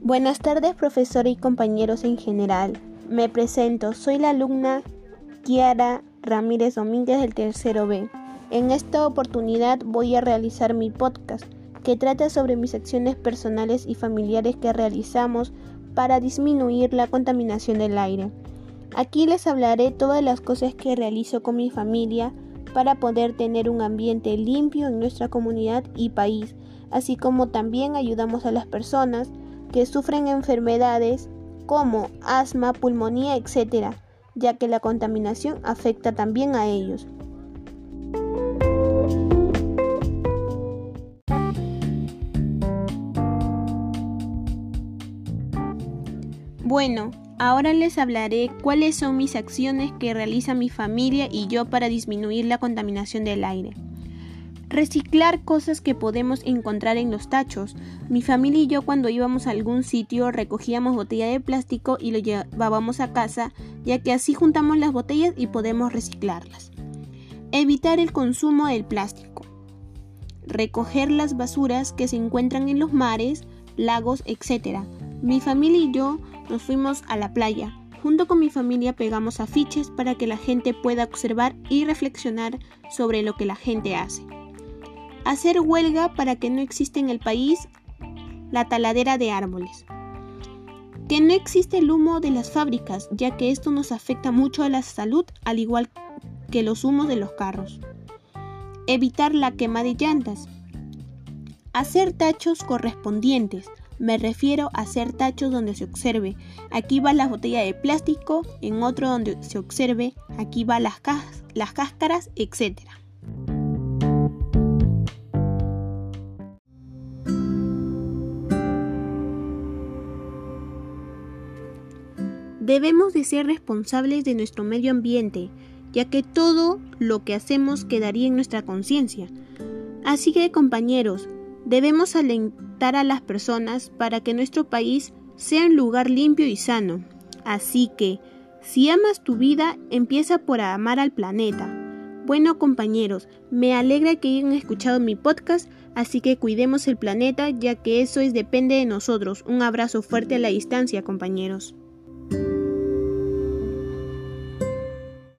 Buenas tardes, profesora y compañeros en general. Me presento, soy la alumna Kiara Ramírez Domínguez del tercero B. En esta oportunidad voy a realizar mi podcast, que trata sobre mis acciones personales y familiares que realizamos para disminuir la contaminación del aire. Aquí les hablaré todas las cosas que realizo con mi familia para poder tener un ambiente limpio en nuestra comunidad y país, así como también ayudamos a las personas que sufren enfermedades como asma, pulmonía, etc., ya que la contaminación afecta también a ellos. Bueno, ahora les hablaré cuáles son mis acciones que realiza mi familia y yo para disminuir la contaminación del aire. Reciclar cosas que podemos encontrar en los tachos. Mi familia y yo, cuando íbamos a algún sitio, recogíamos botella de plástico y lo llevábamos a casa, ya que así juntamos las botellas y podemos reciclarlas. Evitar el consumo del plástico. Recoger las basuras que se encuentran en los mares, lagos, etc. Mi familia y yo nos fuimos a la playa. Junto con mi familia pegamos afiches para que la gente pueda observar y reflexionar sobre lo que la gente hace. Hacer huelga para que no exista en el país la taladera de árboles. Que no existe el humo de las fábricas, ya que esto nos afecta mucho a la salud, al igual que los humos de los carros. Evitar la quema de llantas. Hacer tachos correspondientes. Me refiero a hacer tachos donde se observe. Aquí va la botella de plástico, en otro donde se observe, aquí va las cáscaras, etc. Debemos de ser responsables de nuestro medio ambiente, ya que todo lo que hacemos quedaría en nuestra conciencia. Así que, compañeros, debemos alentar a las personas para que nuestro país sea un lugar limpio y sano. Así que, si amas tu vida, empieza por amar al planeta. Bueno, compañeros, me alegra que hayan escuchado mi podcast, así que cuidemos el planeta, ya que eso depende de nosotros. Un abrazo fuerte a la distancia, compañeros.